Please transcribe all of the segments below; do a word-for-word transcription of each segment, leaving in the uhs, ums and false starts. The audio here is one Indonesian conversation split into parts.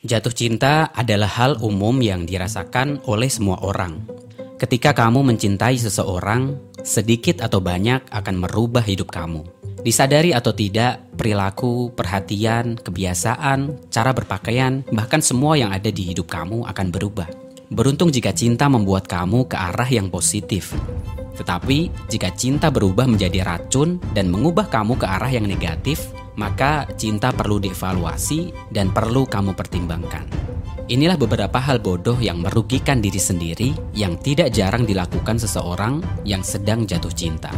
Jatuh cinta adalah hal umum yang dirasakan oleh semua orang. Ketika kamu mencintai seseorang, sedikit atau banyak akan merubah hidup kamu. Disadari atau tidak, perilaku, perhatian, kebiasaan, cara berpakaian, bahkan semua yang ada di hidup kamu akan berubah. Beruntung jika cinta membuat kamu ke arah yang positif. Tetapi, jika cinta berubah menjadi racun dan mengubah kamu ke arah yang negatif, maka cinta perlu dievaluasi dan perlu kamu pertimbangkan. Inilah beberapa hal bodoh yang merugikan diri sendiri yang tidak jarang dilakukan seseorang yang sedang jatuh cinta.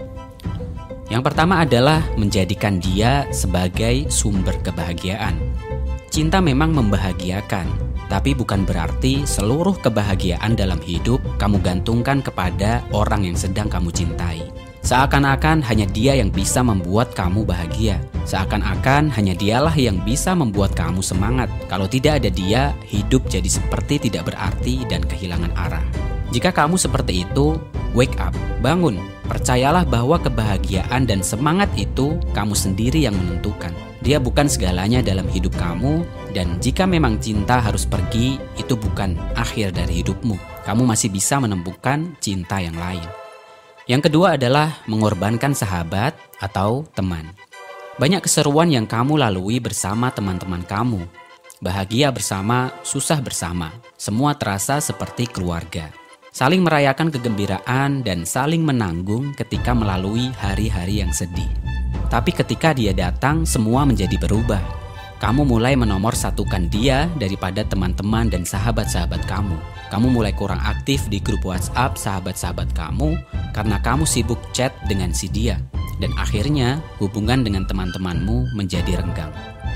Yang pertama adalah menjadikan dia sebagai sumber kebahagiaan. Cinta memang membahagiakan, tapi bukan berarti seluruh kebahagiaan dalam hidup kamu gantungkan kepada orang yang sedang kamu cintai. Seakan-akan hanya dia yang bisa membuat kamu bahagia. Seakan-akan hanya dialah yang bisa membuat kamu semangat. Kalau tidak ada dia, hidup jadi seperti tidak berarti dan kehilangan arah. Jika kamu seperti itu, wake up, bangun. Percayalah bahwa kebahagiaan dan semangat itu kamu sendiri yang menentukan. Dia bukan segalanya dalam hidup kamu, dan jika memang cinta harus pergi, itu bukan akhir dari hidupmu. Kamu masih bisa menemukan cinta yang lain. Yang kedua adalah mengorbankan sahabat atau teman. Banyak keseruan yang kamu lalui bersama teman-teman kamu. Bahagia bersama, susah bersama. Semua terasa seperti keluarga. Saling merayakan kegembiraan dan saling menanggung ketika melalui hari-hari yang sedih. Tapi ketika dia datang, semua menjadi berubah. Kamu mulai menomorsatukan dia daripada teman-teman dan sahabat-sahabat kamu. Kamu mulai kurang aktif di grup WhatsApp sahabat-sahabat kamu karena kamu sibuk chat dengan si dia. Dan akhirnya hubungan dengan teman-temanmu menjadi renggang.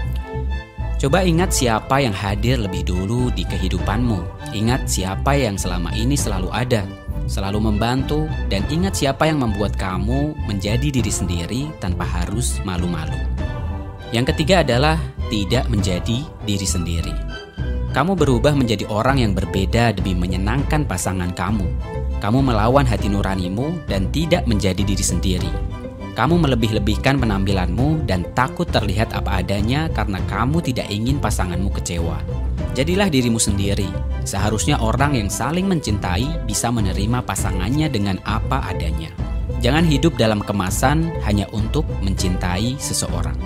Coba ingat siapa yang hadir lebih dulu di kehidupanmu. Ingat siapa yang selama ini selalu ada, selalu membantu, dan ingat siapa yang membuat kamu menjadi diri sendiri tanpa harus malu-malu. Yang ketiga adalah tidak menjadi diri sendiri. Kamu berubah menjadi orang yang berbeda demi menyenangkan pasangan kamu. Kamu melawan hati nuranimu dan tidak menjadi diri sendiri. Kamu melebih-lebihkan penampilanmu dan takut terlihat apa adanya karena kamu tidak ingin pasanganmu kecewa. Jadilah dirimu sendiri. Seharusnya orang yang saling mencintai bisa menerima pasangannya dengan apa adanya. Jangan hidup dalam kemasan hanya untuk mencintai seseorang.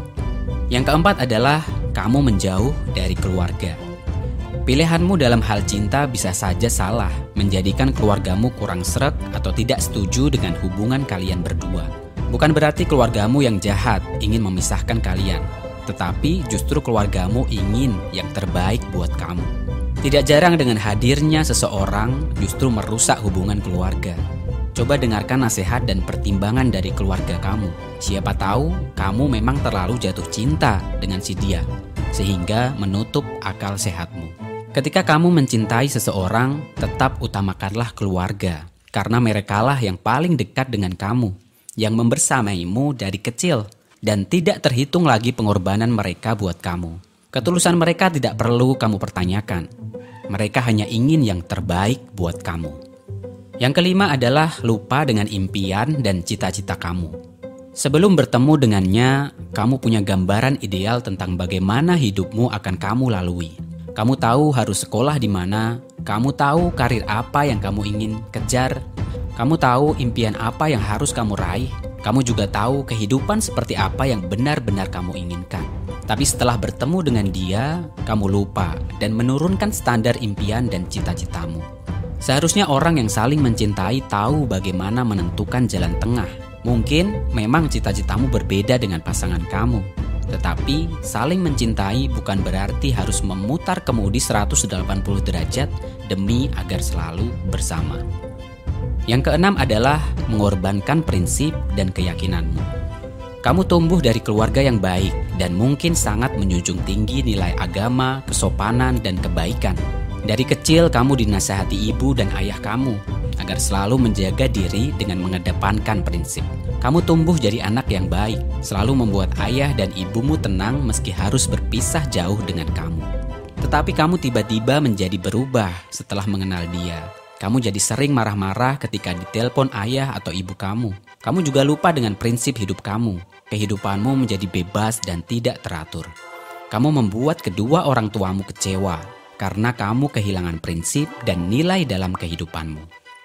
Yang keempat adalah kamu menjauh dari keluarga. Pilihanmu dalam hal cinta bisa saja salah, menjadikan keluargamu kurang sreg atau tidak setuju dengan hubungan kalian berdua. Bukan berarti keluargamu yang jahat ingin memisahkan kalian, tetapi justru keluargamu ingin yang terbaik buat kamu. Tidak jarang dengan hadirnya seseorang justru merusak hubungan keluarga. Coba dengarkan nasihat dan pertimbangan dari keluarga kamu. Siapa tahu kamu memang terlalu jatuh cinta dengan si dia, sehingga menutup akal sehatmu. Ketika kamu mencintai seseorang, tetap utamakanlah keluarga, karena merekalah yang paling dekat dengan kamu, yang membersamaimu dari kecil, dan tidak terhitung lagi pengorbanan mereka buat kamu. Ketulusan mereka tidak perlu kamu pertanyakan. Mereka hanya ingin yang terbaik buat kamu. Yang kelima adalah lupa dengan impian dan cita-cita kamu. Sebelum bertemu dengannya, kamu punya gambaran ideal tentang bagaimana hidupmu akan kamu lalui. Kamu tahu harus sekolah di mana, kamu tahu karir apa yang kamu ingin kejar, kamu tahu impian apa yang harus kamu raih, kamu juga tahu kehidupan seperti apa yang benar-benar kamu inginkan. Tapi setelah bertemu dengan dia, kamu lupa dan menurunkan standar impian dan cita-citamu. Seharusnya orang yang saling mencintai tahu bagaimana menentukan jalan tengah. Mungkin memang cita-citamu berbeda dengan pasangan kamu, tetapi saling mencintai bukan berarti harus memutar kemudi seratus delapan puluh derajat demi agar selalu bersama. Yang keenam adalah mengorbankan prinsip dan keyakinanmu. Kamu tumbuh dari keluarga yang baik dan mungkin sangat menjunjung tinggi nilai agama, kesopanan, dan kebaikan. Dari kecil kamu dinasihati ibu dan ayah kamu agar selalu menjaga diri dengan mengedepankan prinsip. Kamu tumbuh jadi anak yang baik, selalu membuat ayah dan ibumu tenang meski harus berpisah jauh dengan kamu. Tetapi kamu tiba-tiba menjadi berubah setelah mengenal dia. Kamu jadi sering marah-marah ketika ditelepon ayah atau ibu kamu. Kamu juga lupa dengan prinsip hidup kamu. Kehidupanmu menjadi bebas dan tidak teratur. Kamu membuat kedua orang tuamu kecewa karena kamu kehilangan prinsip dan nilai dalam kehidupanmu.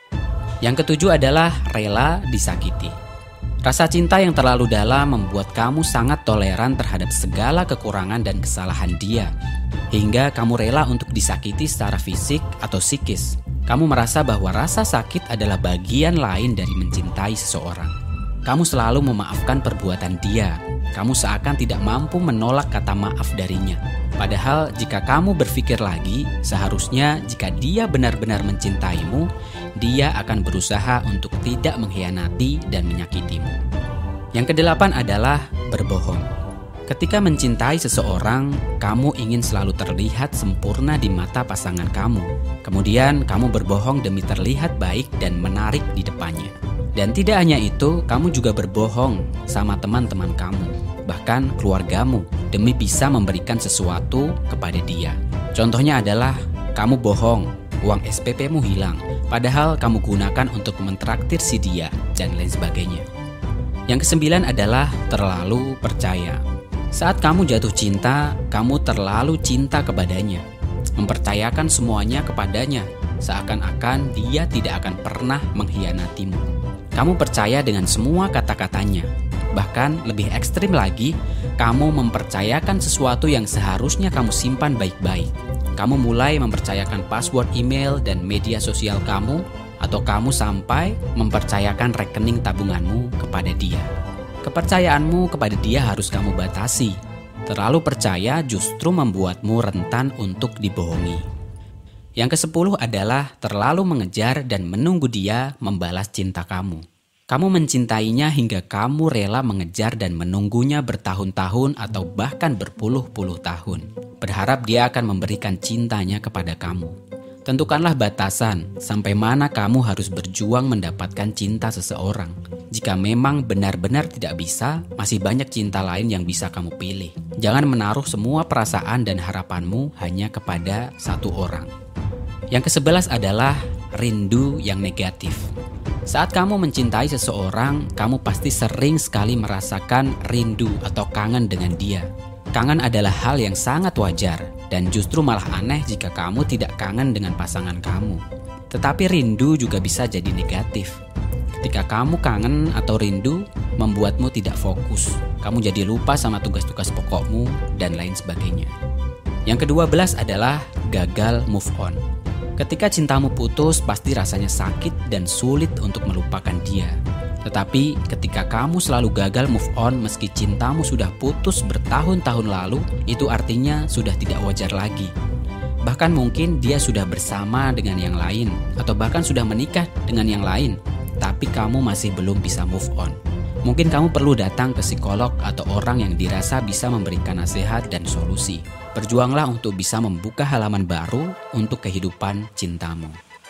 Yang ketujuh adalah rela disakiti. Rasa cinta yang terlalu dalam membuat kamu sangat toleran terhadap segala kekurangan dan kesalahan dia, hingga kamu rela untuk disakiti secara fisik atau psikis. Kamu merasa bahwa rasa sakit adalah bagian lain dari mencintai seseorang. Kamu selalu memaafkan perbuatan dia. Kamu seakan tidak mampu menolak kata maaf darinya. Padahal jika kamu berpikir lagi, seharusnya jika dia benar-benar mencintaimu, dia akan berusaha untuk tidak mengkhianati dan menyakitimu. Yang kedelapan adalah berbohong. Ketika mencintai seseorang, kamu ingin selalu terlihat sempurna di mata pasangan kamu. Kemudian kamu berbohong demi terlihat baik dan menarik di depannya. Dan tidak hanya itu, kamu juga berbohong sama teman-teman kamu, bahkan keluargamu, demi bisa memberikan sesuatu kepada dia. Contohnya adalah kamu bohong, uang S P P-mu hilang, padahal kamu gunakan untuk mentraktir si dia, dan lain sebagainya. Yang kesembilan adalah terlalu percaya. Saat kamu jatuh cinta, kamu terlalu cinta kepadanya, mempercayakan semuanya kepadanya, seakan-akan dia tidak akan pernah mengkhianatimu. Kamu percaya dengan semua kata-katanya. Bahkan lebih ekstrim lagi, kamu mempercayakan sesuatu yang seharusnya kamu simpan baik-baik. Kamu mulai mempercayakan password email dan media sosial kamu, atau kamu sampai mempercayakan rekening tabunganmu kepada dia. Kepercayaanmu kepada dia harus kamu batasi. Terlalu percaya justru membuatmu rentan untuk dibohongi. Yang kesepuluh adalah terlalu mengejar dan menunggu dia membalas cinta kamu. Kamu mencintainya hingga kamu rela mengejar dan menunggunya bertahun-tahun atau bahkan berpuluh-puluh tahun. Berharap dia akan memberikan cintanya kepada kamu. Tentukanlah batasan sampai mana kamu harus berjuang mendapatkan cinta seseorang. Jika memang benar-benar tidak bisa, masih banyak cinta lain yang bisa kamu pilih. Jangan menaruh semua perasaan dan harapanmu hanya kepada satu orang. Yang kesebelas adalah rindu yang negatif. Saat kamu mencintai seseorang, kamu pasti sering sekali merasakan rindu atau kangen dengan dia. Kangen adalah hal yang sangat wajar dan justru malah aneh jika kamu tidak kangen dengan pasangan kamu. Tetapi rindu juga bisa jadi negatif. Ketika kamu kangen atau rindu, membuatmu tidak fokus. Kamu jadi lupa sama tugas-tugas pokokmu dan lain sebagainya. Yang kedua belas adalah gagal move on. Ketika cintamu putus, pasti rasanya sakit dan sulit untuk melupakan dia. Tetapi ketika kamu selalu gagal move on meski cintamu sudah putus bertahun-tahun lalu, itu artinya sudah tidak wajar lagi. Bahkan mungkin dia sudah bersama dengan yang lain, atau bahkan sudah menikah dengan yang lain, tapi kamu masih belum bisa move on. Mungkin kamu perlu datang ke psikolog atau orang yang dirasa bisa memberikan nasihat dan solusi. Berjuanglah untuk bisa membuka halaman baru untuk kehidupan cintamu.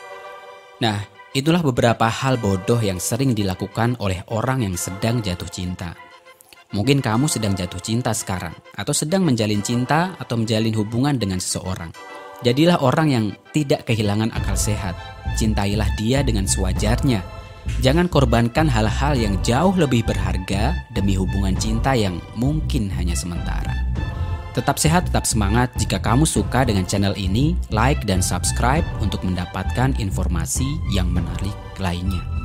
Nah, itulah beberapa hal bodoh yang sering dilakukan oleh orang yang sedang jatuh cinta. Mungkin kamu sedang jatuh cinta sekarang, atau sedang menjalin cinta atau menjalin hubungan dengan seseorang. Jadilah orang yang tidak kehilangan akal sehat. Cintailah dia dengan sewajarnya. Jangan korbankan hal-hal yang jauh lebih berharga demi hubungan cinta yang mungkin hanya sementara. Tetap sehat, tetap semangat. Jika kamu suka dengan channel ini, like dan subscribe untuk mendapatkan informasi yang menarik lainnya.